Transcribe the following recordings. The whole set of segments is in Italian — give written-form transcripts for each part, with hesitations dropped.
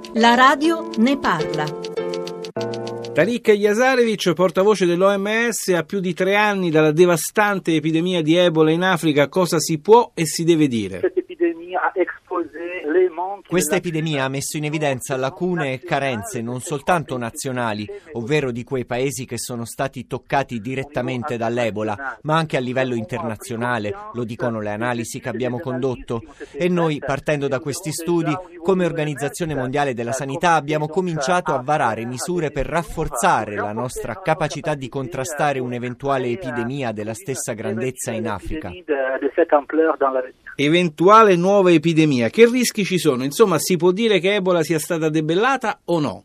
La radio ne parla. Tarik Jasarevic, portavoce dell'OMS, a più di 3 anni dalla devastante epidemia di Ebola in Africa, cosa si può e si deve dire? Questa epidemia ha messo in evidenza lacune e carenze non soltanto nazionali, ovvero di quei paesi che sono stati toccati direttamente dall'Ebola, ma anche a livello internazionale, lo dicono le analisi che abbiamo condotto. E noi, partendo da questi studi, come Organizzazione Mondiale della Sanità, abbiamo cominciato a varare misure per rafforzare la nostra capacità di contrastare un'eventuale epidemia della stessa grandezza in Africa. Eventuale nuova epidemia, che rischi ci sono? Insomma, si può dire che Ebola sia stata debellata o no?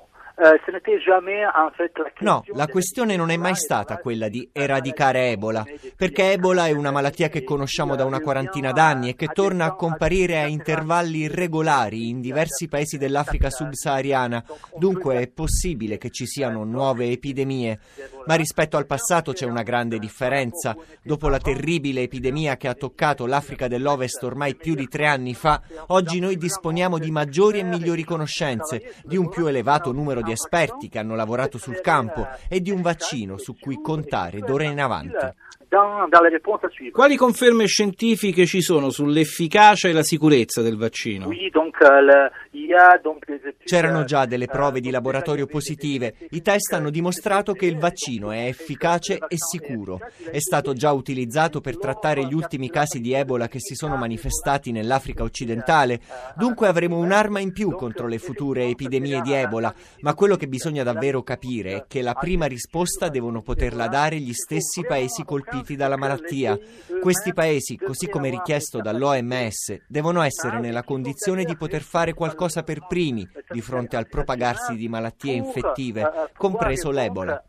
No, la questione non è mai stata quella di eradicare Ebola, perché Ebola è una malattia che conosciamo da una quarantina d'anni e che torna a comparire a intervalli regolari in diversi paesi dell'Africa subsahariana, dunque è possibile che ci siano nuove epidemie. Ma rispetto al passato c'è una grande differenza. Dopo la terribile epidemia che ha toccato l'Africa dell'Ovest ormai più di 3 anni fa, oggi noi disponiamo di maggiori e migliori conoscenze, di un più elevato numero di esperti che hanno lavorato sul campo e di un vaccino su cui contare d'ora in avanti. Quali conferme scientifiche ci sono sull'efficacia e la sicurezza del vaccino? C'erano già delle prove di laboratorio positive. I test hanno dimostrato che il vaccino è efficace e sicuro. È stato già utilizzato per trattare gli ultimi casi di Ebola che si sono manifestati nell'Africa occidentale. Dunque avremo un'arma in più contro le future epidemie di Ebola. Ma quello che bisogna davvero capire è che la prima risposta devono poterla dare gli stessi paesi colpiti dalla malattia. Questi paesi, così come richiesto dall'OMS, devono essere nella condizione di poter fare qualcosa per primi di fronte al propagarsi di malattie infettive, compreso l'Ebola.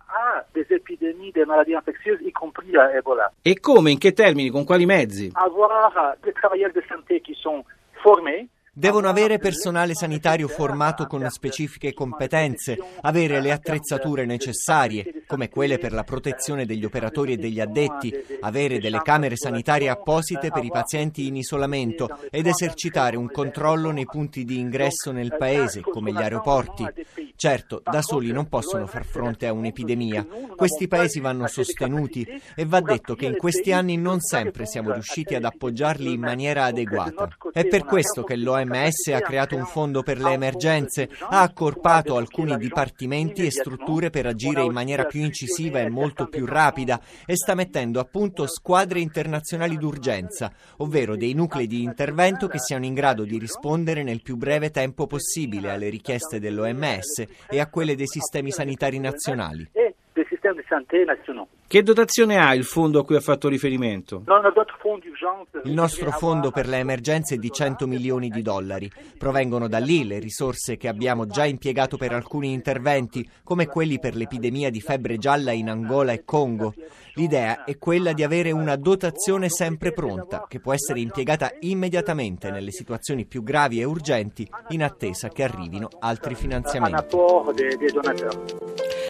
E come? In che termini? Con quali mezzi? Devono avere personale sanitario formato con specifiche competenze, avere le attrezzature necessarie, come quelle per la protezione degli operatori e degli addetti, avere delle camere sanitarie apposite per i pazienti in isolamento ed esercitare un controllo nei punti di ingresso nel paese, come gli aeroporti. Certo, da soli non possono far fronte a un'epidemia. Questi paesi vanno sostenuti e va detto che in questi anni non sempre siamo riusciti ad appoggiarli in maniera adeguata. È per questo che l'OMS ha creato un fondo per le emergenze, ha accorpato alcuni dipartimenti e strutture per agire in maniera più incisiva e molto più rapida e sta mettendo a punto squadre internazionali d'urgenza, ovvero dei nuclei di intervento che siano in grado di rispondere nel più breve tempo possibile alle richieste dell'OMS e a quelle dei sistemi sanitari nazionali. Che dotazione ha il fondo a cui ha fatto riferimento? Il nostro fondo per le emergenze è di $100 milioni. Provengono da lì le risorse che abbiamo già impiegato per alcuni interventi, come quelli per l'epidemia di febbre gialla in Angola e Congo. L'idea è quella di avere una dotazione sempre pronta, che può essere impiegata immediatamente nelle situazioni più gravi e urgenti, in attesa che arrivino altri finanziamenti.